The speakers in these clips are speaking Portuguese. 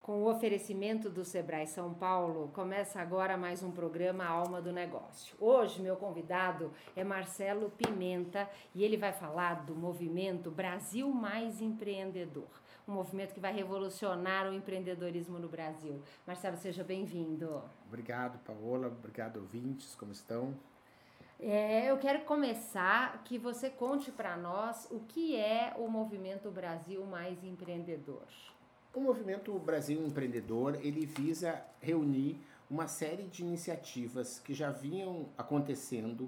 Com o oferecimento do Sebrae São Paulo, começa agora mais um programa Alma do Negócio. Hoje, meu convidado é Marcelo Pimenta e ele vai falar do movimento Brasil Mais Empreendedor, um movimento que vai revolucionar o empreendedorismo no Brasil. Marcelo, seja bem-vindo. Obrigado, Paola. Obrigado, ouvintes. Como estão? Eu quero começar que você conte para nós o que é o movimento Brasil Mais Empreendedor. O Movimento Brasil Empreendedor, ele visa reunir uma série de iniciativas que já vinham acontecendo,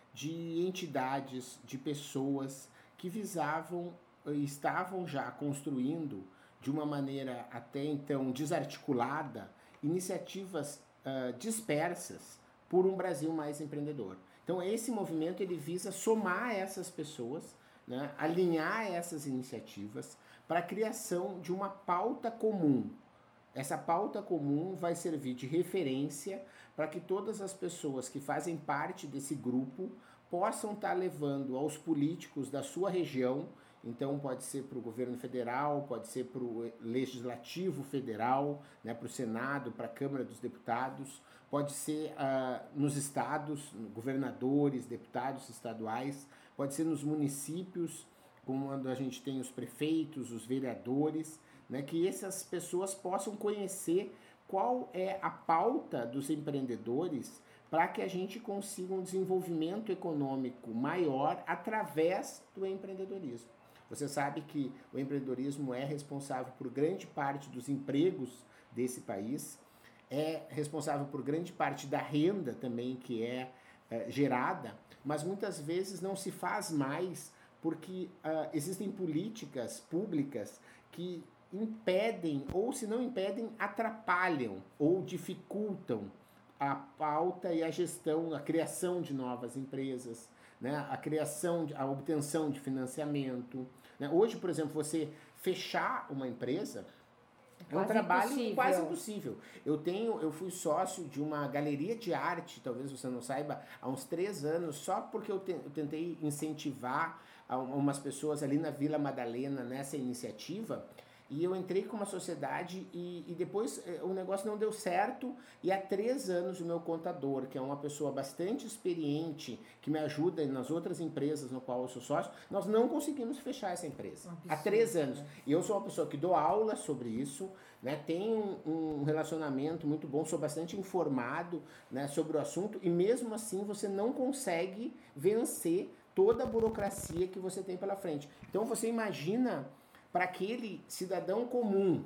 de entidades, de pessoas que visavam e estavam já construindo, de uma maneira até então desarticulada, iniciativas dispersas por um Brasil mais empreendedor. Então esse movimento ele visa somar essas pessoas, né, alinhar essas iniciativas para a criação de uma pauta comum. Essa pauta comum vai servir de referência para que todas as pessoas que fazem parte desse grupo possam estar levando aos políticos da sua região, então pode ser para o governo federal, pode ser para o legislativo federal, né, para o Senado, para a Câmara dos Deputados, pode ser nos estados, governadores, deputados estaduais, pode ser nos municípios, quando a gente tem os prefeitos, os vereadores, né, que essas pessoas possam conhecer qual é a pauta dos empreendedores para que a gente consiga um desenvolvimento econômico maior através do empreendedorismo. Você sabe que o empreendedorismo é responsável por grande parte dos empregos desse país, é responsável por grande parte da renda também que é gerada, mas muitas vezes não se faz mais porque existem políticas públicas que impedem, ou se não impedem, atrapalham ou dificultam a pauta e a gestão, a criação de novas empresas, né? A obtenção de financiamento. Né? Hoje, por exemplo, você fechar uma empresa é um trabalho quase impossível. Eu fui sócio de uma galeria de arte, talvez você não saiba, há uns 3 anos, só porque eu tentei incentivar umas pessoas ali na Vila Madalena nessa iniciativa. E eu entrei com uma sociedade e depois o negócio não deu certo. E há 3 anos o meu contador, que é uma pessoa bastante experiente, que me ajuda nas outras empresas no qual eu sou sócio, nós não conseguimos fechar essa empresa. Há 3 anos. E eu sou uma pessoa que dou aula sobre isso, né, tenho um relacionamento muito bom, sou bastante informado, né, sobre o assunto. E mesmo assim você não consegue vencer toda a burocracia que você tem pela frente. Então você imagina para aquele cidadão comum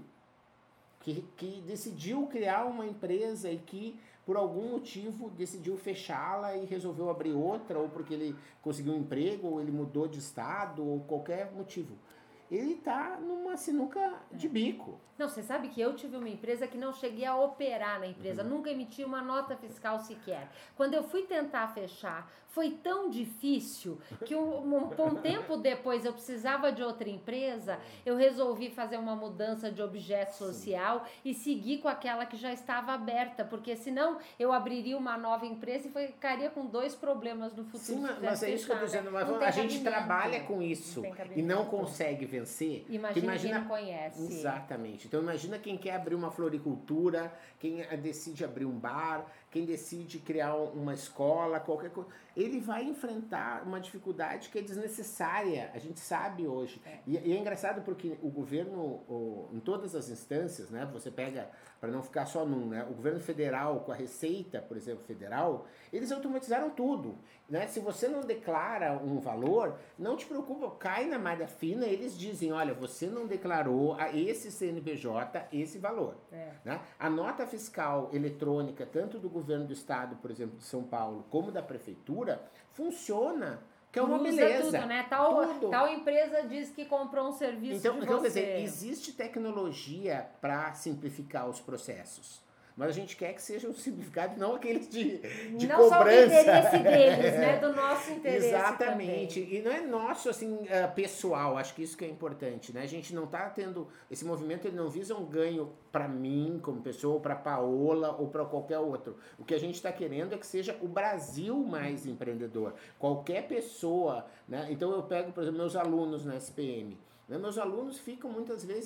que decidiu criar uma empresa e que por algum motivo decidiu fechá-la e resolveu abrir outra, ou porque ele conseguiu um emprego, ou ele mudou de estado, ou qualquer motivo. Ele está numa sinuca de bico. Não, você sabe que eu tive uma empresa que não cheguei a operar na empresa, nunca emiti uma nota fiscal sequer. Quando eu fui tentar fechar, foi tão difícil que um tempo depois eu precisava de outra empresa, eu resolvi fazer uma mudança de objeto social e seguir com aquela que já estava aberta, porque senão eu abriria uma nova empresa e ficaria com 2 problemas no futuro. Sim, mas é isso que eu estou dizendo, mas a gente trabalha com isso e não consegue vencer. Imagina quem não conhece. Exatamente. Então imagina quem quer abrir uma floricultura, quem decide abrir um bar, quem decide criar uma escola, qualquer coisa. Ele vai enfrentar uma dificuldade que é desnecessária, a gente sabe hoje. E é engraçado porque o governo, em todas as instâncias, né, você pega, para não ficar só num, né, o governo federal com a Receita, por exemplo, federal, eles automatizaram tudo. Né? Se você não declara um valor, não te preocupa, cai na malha fina, eles dizem, olha, você não declarou a esse CNPJ esse valor. Né? A nota fiscal eletrônica, tanto do governo do estado, por exemplo, de São Paulo, como da prefeitura, funciona, que é uma beleza. Tudo, né? Tal empresa diz que comprou um serviço de você. Então, quer dizer, existe tecnologia para simplificar os processos. Mas a gente quer que sejam simplificados, não aqueles de não cobrança. Não só o interesse deles, né? Do nosso interesse. Exatamente. Também. E não é nosso, assim, pessoal. Acho que isso que é importante, né? A gente não está tendo... Esse movimento, ele não visa um ganho para mim, como pessoa, ou para Paola, ou para qualquer outro. O que a gente está querendo é que seja o Brasil mais empreendedor. Qualquer pessoa, né? Então, eu pego, por exemplo, meus alunos na SPM. Né? Meus alunos ficam, muitas vezes,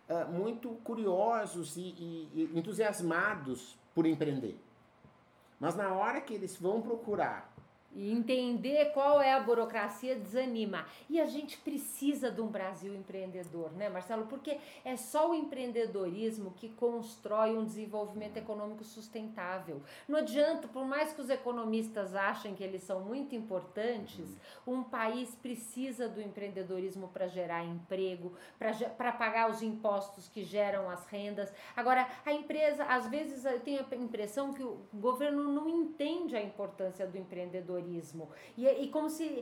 muito curiosos e entusiasmados por empreender. Mas na hora que eles vão procurar e entender qual é a burocracia desanima. E a gente precisa de um Brasil empreendedor, né, Marcelo? Porque é só o empreendedorismo que constrói um desenvolvimento econômico sustentável. Não adianta, por mais que os economistas achem que eles são muito importantes, um país precisa do empreendedorismo para gerar emprego, para pagar os impostos que geram as rendas. Agora, a empresa, às vezes eu tenho a impressão que o governo não entende a importância do empreendedorismo. E como se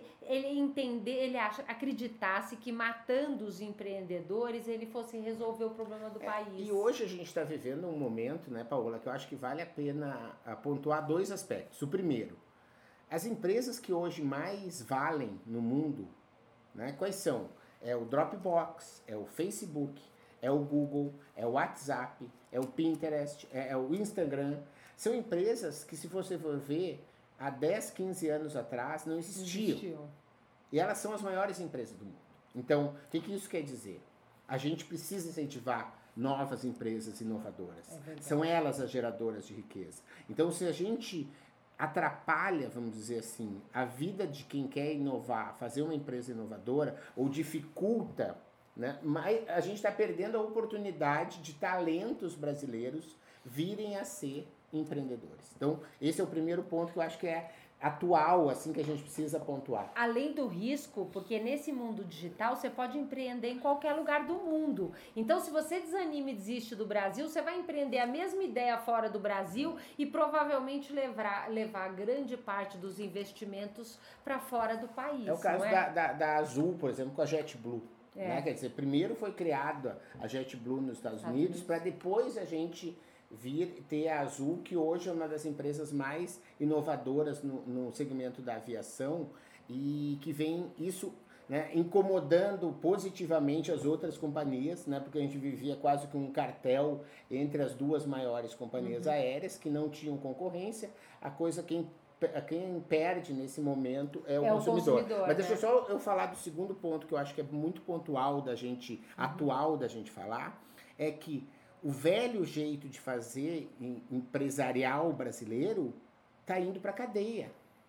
ele acreditasse que matando os empreendedores ele fosse resolver o problema do país. E hoje a gente está vivendo um momento, né, Paola, que eu acho que vale a pena pontuar dois aspectos. O primeiro, as empresas que hoje mais valem no mundo, né, quais são? É o Dropbox, é o Facebook, é o Google, é o WhatsApp, é o Pinterest, é o Instagram. São empresas que, se você for ver, há 10, 15 anos atrás não existiam. E elas são as maiores empresas do mundo. Então, o que isso quer dizer? A gente precisa incentivar novas empresas inovadoras. São elas as geradoras de riqueza. Então, se a gente atrapalha, vamos dizer assim, a vida de quem quer inovar, fazer uma empresa inovadora, ou dificulta, né, mas a gente está perdendo a oportunidade de talentos brasileiros virem a ser empreendedores. Então, esse é o primeiro ponto que eu acho que é atual, assim, que a gente precisa pontuar. Além do risco, porque nesse mundo digital você pode empreender em qualquer lugar do mundo. Então, se você desanima e desiste do Brasil, você vai empreender a mesma ideia fora do Brasil e provavelmente levar grande parte dos investimentos para fora do país. É o caso da Azul, por exemplo, com a JetBlue. Né? Quer dizer, primeiro foi criada a JetBlue nos Estados Unidos, para depois a gente ter a Azul, que hoje é uma das empresas mais inovadoras no segmento da aviação e que vem isso, né, incomodando positivamente as outras companhias, né, porque a gente vivia quase que um cartel entre as duas maiores companhias aéreas que não tinham concorrência. A coisa quem perde nesse momento é o consumidor. Mas deixa só eu falar do segundo ponto que eu acho que é muito pontual da gente, atual da gente falar, é que o velho jeito de fazer empresarial brasileiro está indo para a cadeia.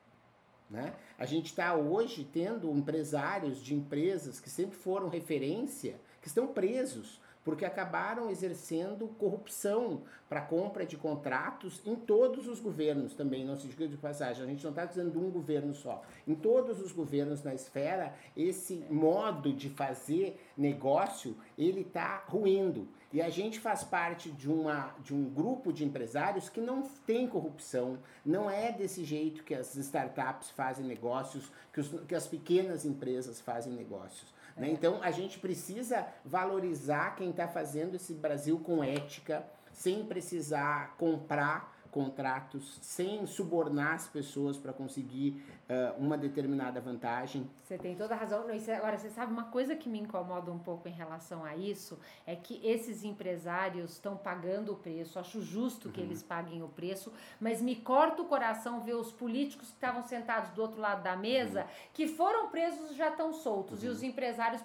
Né? A gente está hoje tendo empresários de empresas que sempre foram referência, que estão presos, porque acabaram exercendo corrupção para compra de contratos em todos os governos também, não se diga de passagem, a gente não está dizendo de um governo só. Em todos os governos na esfera, esse modo de fazer negócio, ele está ruindo. E a gente faz parte de um grupo de empresários que não tem corrupção, não é desse jeito que as startups fazem negócios, que as pequenas empresas fazem negócios. Né? Então, a gente precisa valorizar quem está fazendo esse Brasil com ética, sem precisar comprar contratos, sem subornar as pessoas para conseguir uma determinada vantagem. Você tem toda a razão. Agora, você sabe, uma coisa que me incomoda um pouco em relação a isso é que esses empresários estão pagando o preço. Acho justo que eles paguem o preço, mas me corta o coração ver os políticos que estavam sentados do outro lado da mesa, que foram presos e já estão soltos, e os empresários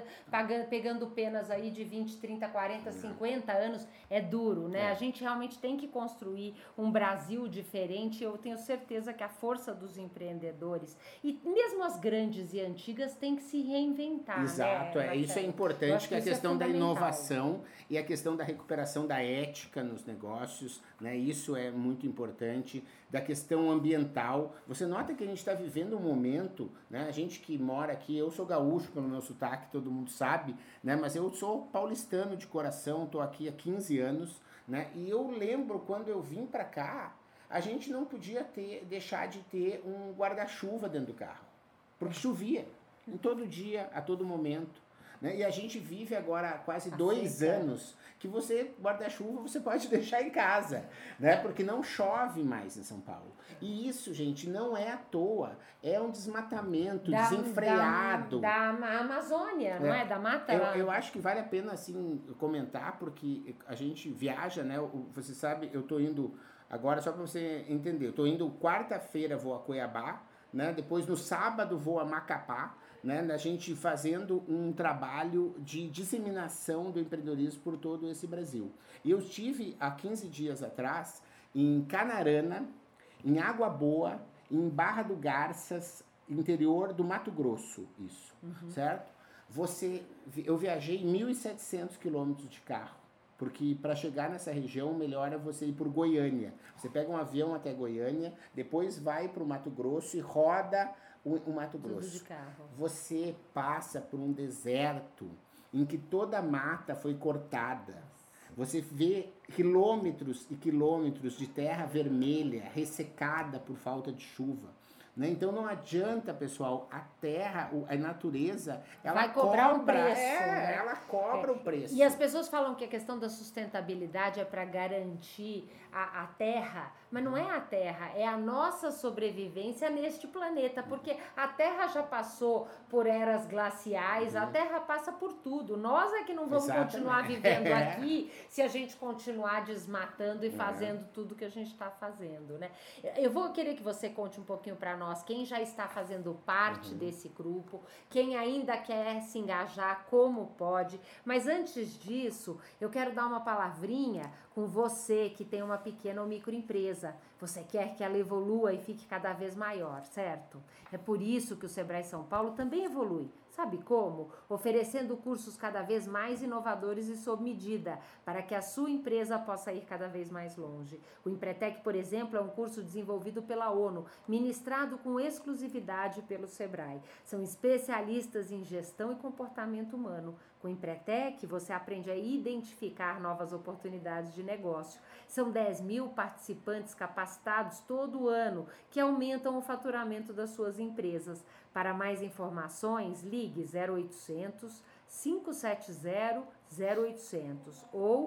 pegando penas aí de 20, 30, 40, 50 anos. É duro, né? A gente realmente tem que construir um Brasil diferente. Eu tenho certeza que a força dos empreendedores, e mesmo as grandes e antigas, tem que se reinventar. Exato, né? Isso é importante, que a questão da inovação e a questão da recuperação da ética nos negócios, né? Isso é muito importante, da questão ambiental. Você nota que a gente está vivendo um momento, né? A gente que mora aqui, eu sou gaúcho pelo meu sotaque, todo mundo sabe, né? Mas eu sou paulistano de coração, estou aqui há 15 anos, né? E eu lembro quando eu vim para cá, a gente não podia deixar de ter um guarda-chuva dentro do carro, porque chovia em todo dia, a todo momento. Né? E a gente vive agora há quase 2 anos que guarda-chuva você pode deixar em casa, né? Porque não chove mais em São Paulo. E isso, gente, não é à toa, é um desmatamento desenfreado. Da Amazônia, não é? Da mata. Eu acho que vale a pena, assim, comentar, porque a gente viaja, né? Você sabe, eu tô indo, agora só para você entender, eu tô indo quarta-feira, vou a Cuiabá, né? Depois no sábado vou a Macapá, né? A gente fazendo um trabalho de disseminação do empreendedorismo por todo esse Brasil. E eu estive há 15 dias atrás em Canarana, em Água Boa, em Barra do Garças, interior do Mato Grosso, isso, certo? Eu viajei 1.700 quilômetros de carro, porque para chegar nessa região, o melhor é você ir por Goiânia. Você pega um avião até Goiânia, depois vai para o Mato Grosso e roda o Mato Grosso. Tudo de carro. Você passa por um deserto em que toda a mata foi cortada. Você vê quilômetros e quilômetros de terra vermelha, ressecada por falta de chuva. Né? Então não adianta, pessoal, a terra, a natureza, ela vai cobrar cobra, um preço. Né? Ela cobra o preço. E as pessoas falam que a questão da sustentabilidade é para garantir a terra, mas não é a terra, é a nossa sobrevivência neste planeta, porque a terra já passou por eras glaciais, a terra passa por tudo. Nós é que não vamos continuar vivendo aqui se a gente continuar desmatando e fazendo tudo que a gente está fazendo, né? Eu vou querer que você conte um pouquinho para nós quem já está fazendo parte desse grupo, quem ainda quer se engajar, como pode. Mas antes disso, eu quero dar uma palavrinha com você que tem uma pequena ou microempresa. Você quer que ela evolua e fique cada vez maior, certo? É por isso que o Sebrae São Paulo também evolui. Sabe como? Oferecendo cursos cada vez mais inovadores e sob medida, para que a sua empresa possa ir cada vez mais longe. O Empretec, por exemplo, é um curso desenvolvido pela ONU, ministrado com exclusividade pelo Sebrae. São especialistas em gestão e comportamento humano. Com o Empretec, você aprende a identificar novas oportunidades de negócio. São 10.000 participantes capacitados todo ano, que aumentam o faturamento das suas empresas. Para mais informações, ligue 0800 570 0800 ou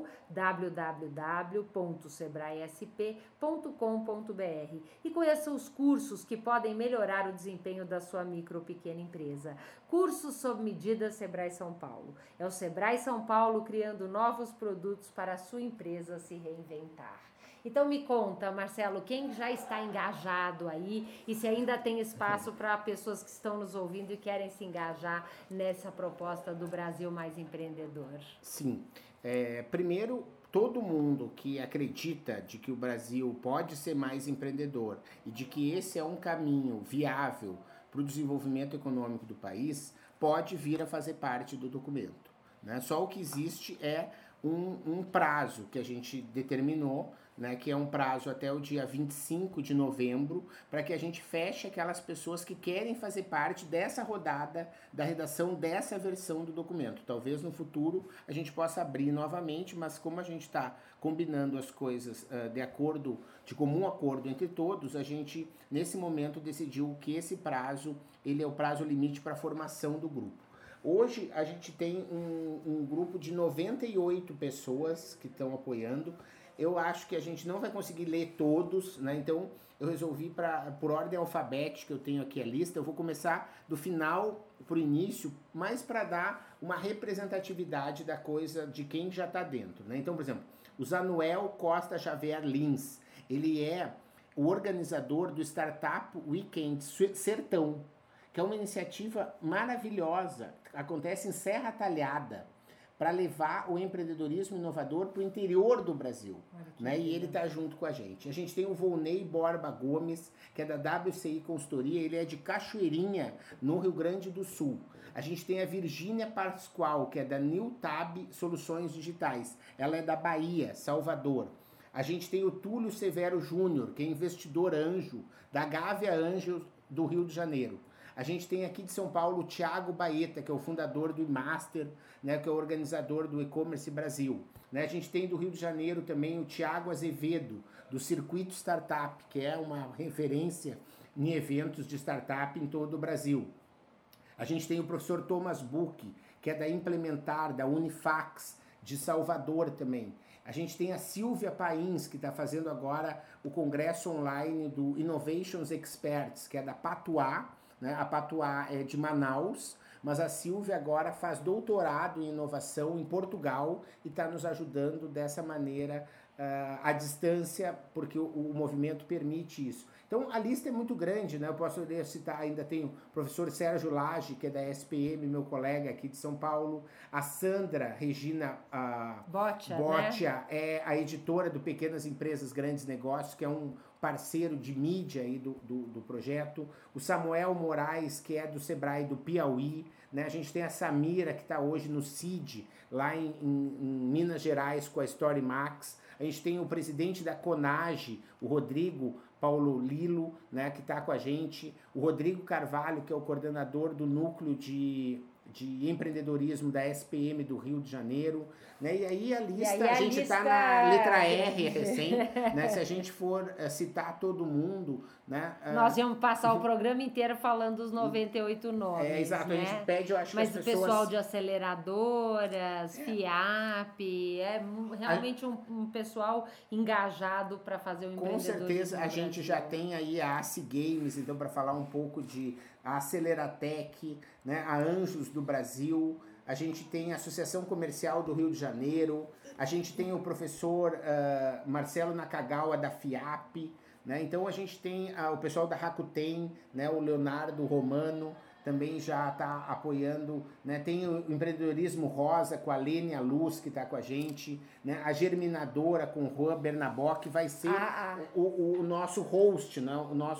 www.sebraesp.com.br e conheça os cursos que podem melhorar o desempenho da sua micro ou pequena empresa. Cursos sob medida Sebrae São Paulo. É o Sebrae São Paulo criando novos produtos para a sua empresa se reinventar. Então me conta, Marcelo, quem já está engajado aí e se ainda tem espaço para pessoas que estão nos ouvindo e querem se engajar nessa proposta do Brasil Mais Empreendedor? Sim. Primeiro, todo mundo que acredita de que o Brasil pode ser mais empreendedor e de que esse é um caminho viável para o desenvolvimento econômico do país, pode vir a fazer parte do documento. Né? Só o que existe é um prazo que a gente determinou, né, que é um prazo até o dia 25 de novembro, para que a gente feche aquelas pessoas que querem fazer parte dessa rodada da redação dessa versão do documento. Talvez no futuro a gente possa abrir novamente, mas como a gente está combinando as coisas de comum acordo entre todos, a gente, nesse momento, decidiu que esse prazo, ele é o prazo limite para a formação do grupo. Hoje a gente tem um grupo de 98 pessoas que estão apoiando. Eu acho que a gente não vai conseguir ler todos, né? Então eu resolvi, por ordem alfabética, eu tenho aqui a lista, eu vou começar do final para o início, mais para dar uma representatividade da coisa de quem já está dentro, né? Então, por exemplo, o Zanuel Costa Xavier Lins, ele é o organizador do Startup Weekend Sertão, que é uma iniciativa maravilhosa, acontece em Serra Talhada, para levar o empreendedorismo inovador para o interior do Brasil. Né? E ele está junto com a gente. A gente tem o Volney Borba Gomes, que é da WCI Consultoria, ele é de Cachoeirinha, no Rio Grande do Sul. A gente tem a Virgínia Pascoal, que é da New Tab Soluções Digitais, ela é da Bahia, Salvador. A gente tem o Túlio Severo Júnior, que é investidor anjo, da Gávea Anjos do Rio de Janeiro. A gente tem aqui de São Paulo o Thiago Baeta, que é o fundador do iMaster, né, que é o organizador do E-Commerce Brasil. Né? A gente tem do Rio de Janeiro também o Thiago Azevedo, do Circuito Startup, que é uma referência em eventos de startup em todo o Brasil. A gente tem o professor Thomas Buch, que é da Implementar, da Unifax, de Salvador também. A gente tem a Silvia Pains, que está fazendo agora o congresso online do Innovations Experts, que é da Patuá, né? A Patuá é de Manaus, mas a Silvia agora faz doutorado em inovação em Portugal e está nos ajudando dessa maneira à distância, porque o movimento permite isso. Então, a lista é muito grande, né? Eu posso citar, ainda tem o professor Sérgio Lage, que é da SPM, meu colega aqui de São Paulo, a Sandra Regina Boccia, né? É a editora do Pequenas Empresas, Grandes Negócios, que é um parceiro de mídia aí do projeto, o Samuel Moraes, que é do Sebrae do Piauí, né? A gente tem a Samira, que está hoje no CID, lá em Minas Gerais, com a Story Max. A gente tem o presidente da CONAGE, o Rodrigo Paulo Lilo, né, que está com a gente, o Rodrigo Carvalho, que é o coordenador do núcleo de empreendedorismo da SPM do Rio de Janeiro, né? E aí a lista, a gente está na letra R recém, né? Se a gente for citar todo mundo, né? Nós íamos passar o programa inteiro falando dos 98 nomes. Exato, né? A gente pede, eu acho Mas que as pessoal, pessoas... pessoal de aceleradoras, FIAP, realmente um pessoal engajado para fazer o empreendedorismo. Com certeza, a gente já tem aí a ACE Games, então, para falar um pouco de a Aceleratec, né, a Anjos do Brasil, a gente tem a Associação Comercial do Rio de Janeiro, a gente tem o professor Marcelo Nakagawa da FIAP, né, então a gente tem o pessoal da Rakuten, né, o Leonardo Romano, também já está apoiando, né? Tem o Empreendedorismo Rosa com a Lênia Luz, que está com a gente, né? A Germinadora com o Juan Bernabó, que vai ser o nosso host, né?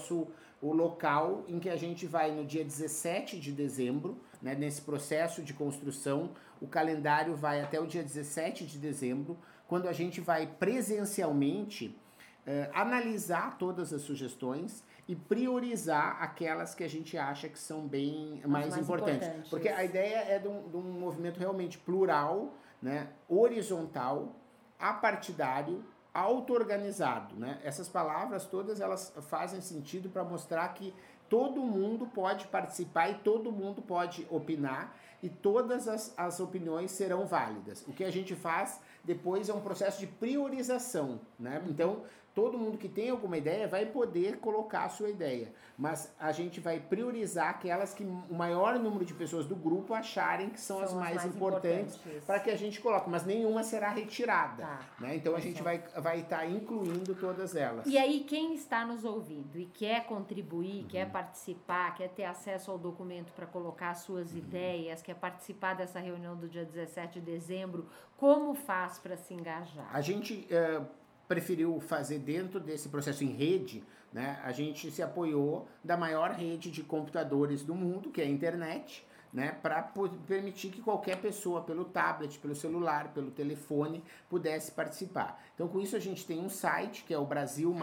O local em que a gente vai no dia 17 de dezembro, né? Nesse processo de construção, o calendário vai até o dia 17 de dezembro, quando a gente vai presencialmente analisar todas as sugestões e priorizar aquelas que a gente acha que são bem mais importantes. Porque a ideia é de um movimento realmente plural, né, horizontal, apartidário, auto-organizado. Né? Essas palavras todas elas fazem sentido para mostrar que todo mundo pode participar e todo mundo pode opinar e todas as opiniões serão válidas. O que a gente faz depois é um processo de priorização. Né? Então, todo mundo que tem alguma ideia vai poder colocar a sua ideia, mas a gente vai priorizar aquelas que o maior número de pessoas do grupo acharem que são as mais importantes para que a gente coloque, mas nenhuma será retirada. Tá. Né? Então a gente vai estar incluindo todas elas. E aí quem está nos ouvindo e quer contribuir, quer participar, quer ter acesso ao documento para colocar as suas ideias, quer participar dessa reunião do dia 17 de dezembro, como faz para se engajar? A gente preferiu fazer dentro desse processo em rede, né? A gente se apoiou da maior rede de computadores do mundo, que é a internet, né? Para permitir que qualquer pessoa, pelo tablet, pelo celular, pelo telefone, pudesse participar. Então, com isso, a gente tem um site, que é o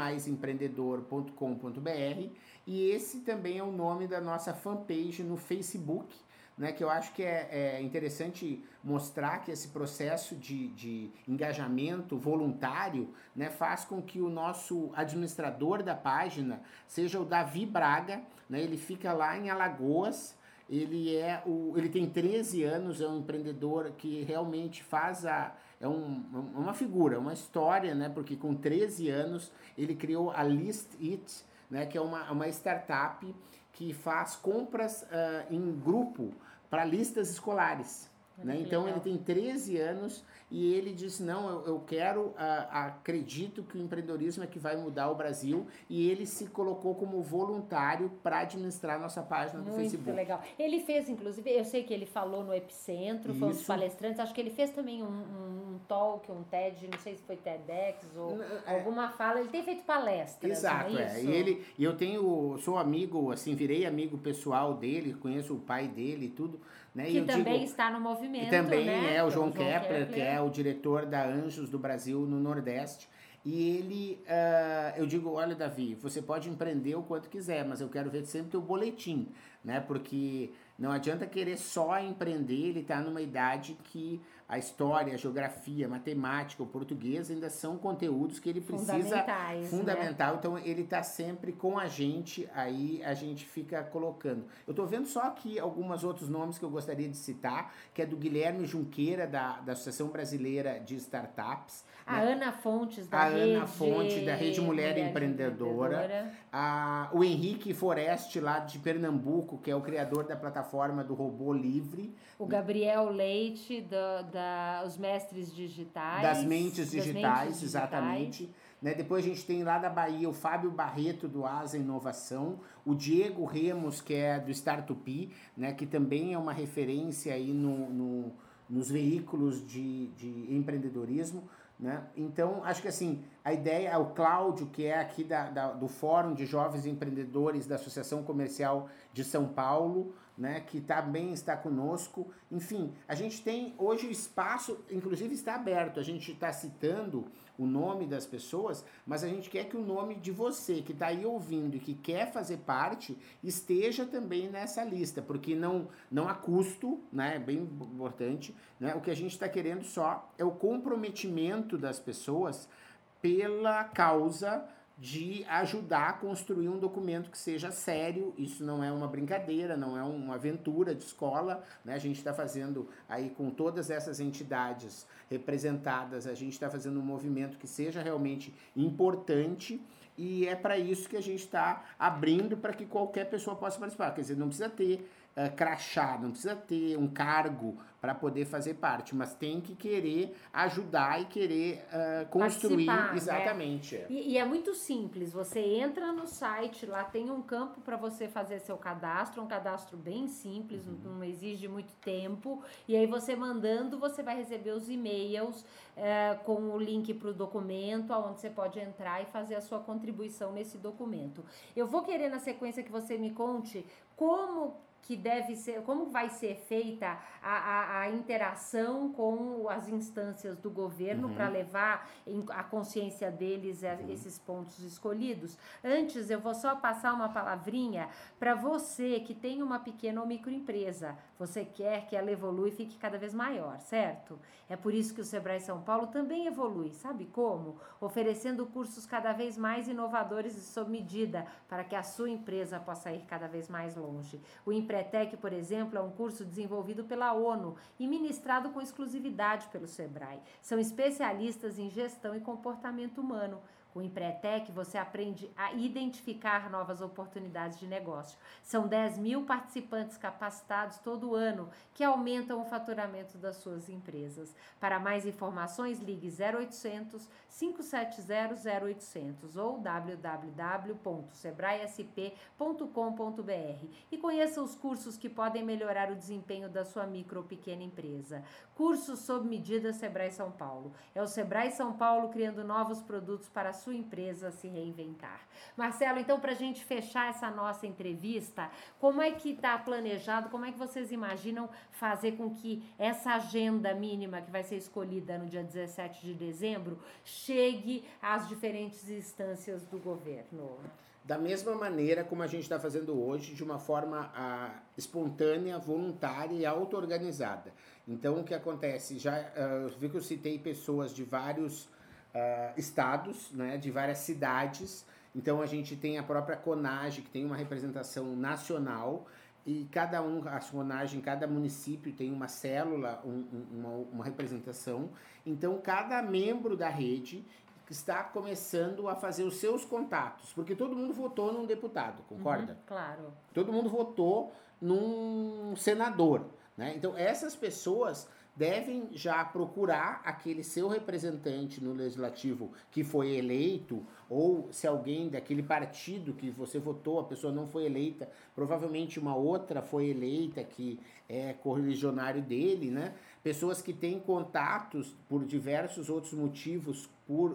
brasilmaisempreendedor.com.br, e esse também é o nome da nossa fanpage no Facebook, né, que eu acho que é interessante mostrar que esse processo de engajamento voluntário, né, faz com que o nosso administrador da página seja o Davi Braga, né, ele fica lá em Alagoas, ele tem 13 anos, é um empreendedor que realmente uma figura, uma história, né, porque com 13 anos ele criou a List It, né, que é uma startup que faz compras em grupo para listas escolares. Né? Então ele tem 13 anos e ele disse, não, eu acredito que o empreendedorismo é que vai mudar o Brasil, e ele se colocou como voluntário para administrar nossa página do Facebook. Muito legal. Ele fez, inclusive, eu sei que ele falou no Epicentro, foi um dos palestrantes, acho que ele fez também um talk, um TED, não sei se foi TEDx ou alguma fala, ele tem feito palestras. Exato, não é isso? E eu sou amigo, assim, virei amigo pessoal dele, conheço o pai dele e tudo. Né? Que também está no movimento, também né? é o João Kepler, que é o diretor da Anjos do Brasil no Nordeste. E ele, eu digo, olha, Davi, você pode empreender o quanto quiser, mas eu quero ver sempre teu boletim, né? Porque não adianta querer só empreender, ele está numa idade que a história, a geografia, a matemática, o português ainda são conteúdos que ele precisa... Fundamental, né? Então ele está sempre com a gente, aí a gente fica colocando. Eu estou vendo só aqui alguns outros nomes que eu gostaria de citar, que é do Guilherme Junqueira, da Associação Brasileira de Startups. A né? Ana Fontes, da Rede Mulher Empreendedora. O Henrique Foreste, lá de Pernambuco, que é o criador da plataforma do Robô Livre. O Gabriel Leite, da os mestres digitais. Das mentes digitais, exatamente. Né? Depois a gente tem lá da Bahia o Fábio Barreto, do Asa Inovação, o Diego Remos, que é do Startup, né? Que também é uma referência aí nos veículos de empreendedorismo. Né? Então, acho que assim, a ideia é o Cláudio, que é aqui do Fórum de Jovens Empreendedores da Associação Comercial de São Paulo, né, que também está conosco. Enfim, a gente tem hoje o espaço, inclusive está aberto, a gente está citando o nome das pessoas, mas a gente quer que o nome de você que está aí ouvindo e que quer fazer parte esteja também nessa lista, porque não há custo, né, é bem importante, né, o que a gente está querendo só é o comprometimento das pessoas pela causa de ajudar a construir um documento que seja sério. Isso não é uma brincadeira, não é uma aventura de escola, né? A gente está fazendo aí com todas essas entidades representadas, a gente está fazendo um movimento que seja realmente importante e é para isso que a gente está abrindo para que qualquer pessoa possa participar. Quer dizer, não precisa ter crachá, não precisa ter um cargo para poder fazer parte, mas tem que querer ajudar e querer construir. Exatamente. Né? E é muito simples, você entra no site, lá tem um campo para você fazer seu cadastro, um cadastro bem simples, não exige muito tempo, e aí você mandando, você vai receber os e-mails com o link para o documento, onde você pode entrar e fazer a sua contribuição nesse documento. Eu vou querer na sequência que você me conte como vai ser feita a interação com as instâncias do governo para levar a consciência deles esses pontos escolhidos. Antes, eu vou só passar uma palavrinha para você que tem uma pequena ou microempresa. Você quer que ela evolua e fique cada vez maior, certo? É por isso que o Sebrae São Paulo também evolui. Sabe como? Oferecendo cursos cada vez mais inovadores e sob medida para que a sua empresa possa ir cada vez mais longe. O Empretec, por exemplo, é um curso desenvolvido pela ONU e ministrado com exclusividade pelo Sebrae. São especialistas em gestão e comportamento humano. Com o Empretec, você aprende a identificar novas oportunidades de negócio. São 10.000 participantes capacitados todo ano que aumentam o faturamento das suas empresas. Para mais informações, ligue 0800 570 0800 ou www.sebraesp.com.br e conheça os cursos que podem melhorar o desempenho da sua micro ou pequena empresa. Cursos sob medida Sebrae São Paulo. É o Sebrae São Paulo criando novos produtos para a sua empresa se reinventar. Marcelo, então, para a gente fechar essa nossa entrevista, como é que está planejado, como é que vocês imaginam fazer com que essa agenda mínima que vai ser escolhida no dia 17 de dezembro chegue às diferentes instâncias do governo? Da mesma maneira como a gente está fazendo hoje, de uma forma espontânea, voluntária e auto-organizada. Então, o que acontece? Eu vi que eu citei pessoas de vários estados, né, de várias cidades. Então, a gente tem a própria CONAGE, que tem uma representação nacional, e cada município tem uma célula, uma representação. Então, cada membro da rede está começando a fazer os seus contatos, porque todo mundo votou num deputado, concorda? Claro. Todo mundo votou num senador, né? Então, essas pessoas devem já procurar aquele seu representante no legislativo que foi eleito, ou se alguém daquele partido que você votou, a pessoa não foi eleita, provavelmente uma outra foi eleita que é correligionário dele, né? Pessoas que têm contatos por diversos outros motivos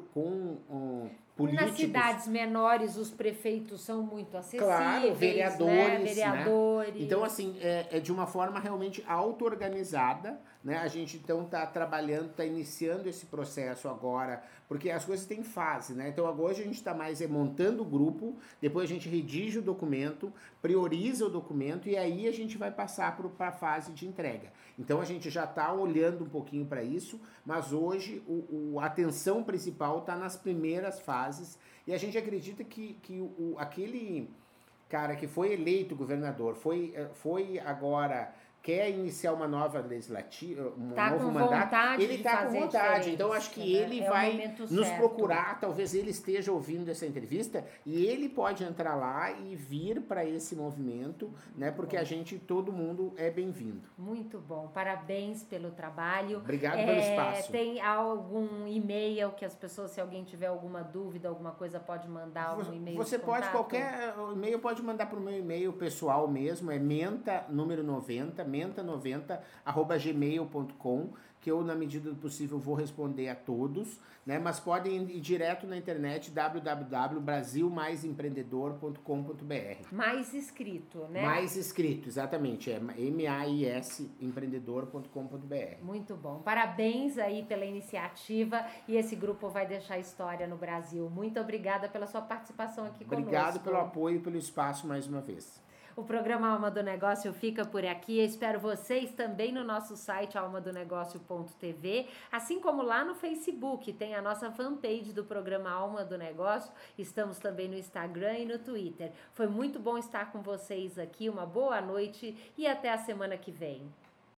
com políticos. Nas cidades menores, os prefeitos são muito acessíveis. Claro, vereadores. Né? Vereadores. Né? Então, assim, é de uma forma realmente auto-organizada, né? A gente, então, está trabalhando, está iniciando esse processo agora, porque as coisas têm fase, né? Então, hoje a gente está mais montando o grupo, depois a gente redige o documento, prioriza o documento e aí a gente vai passar para a fase de entrega. Então, a gente já está olhando um pouquinho para isso, mas hoje a atenção principal está nas primeiras fases e a gente acredita que aquele cara que foi eleito governador, foi agora quer iniciar uma nova legislativa, um Tá novo com mandato, vontade ele de está com fazer vontade. diferença, Então, acho que né? ele É o vai momento nos certo. procurar, talvez ele esteja ouvindo essa entrevista e ele pode entrar lá e vir para esse movimento, né? Porque a gente, todo mundo é bem-vindo. Muito bom, parabéns pelo trabalho. Obrigado pelo espaço. Tem algum e-mail que as pessoas, se alguém tiver alguma dúvida, alguma coisa, pode mandar um e-mail? Você de pode, contato? qualquer e-mail pode mandar para o meu e-mail pessoal mesmo, é menta90, que eu, na medida do possível, vou responder a todos, né? Mas podem ir direto na internet, www.brasilmaisempreendedor.com.br. Mais escrito, né? Mais escrito, exatamente, é MAIS empreendedor.com.br. Muito bom. Parabéns aí pela iniciativa e esse grupo vai deixar história no Brasil. Muito obrigada pela sua participação aqui conosco. Obrigado pelo apoio e pelo espaço mais uma vez. O programa Alma do Negócio fica por aqui. Eu espero vocês também no nosso site almadonegócio.tv, assim como lá no Facebook, tem a nossa fanpage do programa Alma do Negócio. Estamos também no Instagram e no Twitter. Foi muito bom estar com vocês aqui. Uma boa noite e até a semana que vem.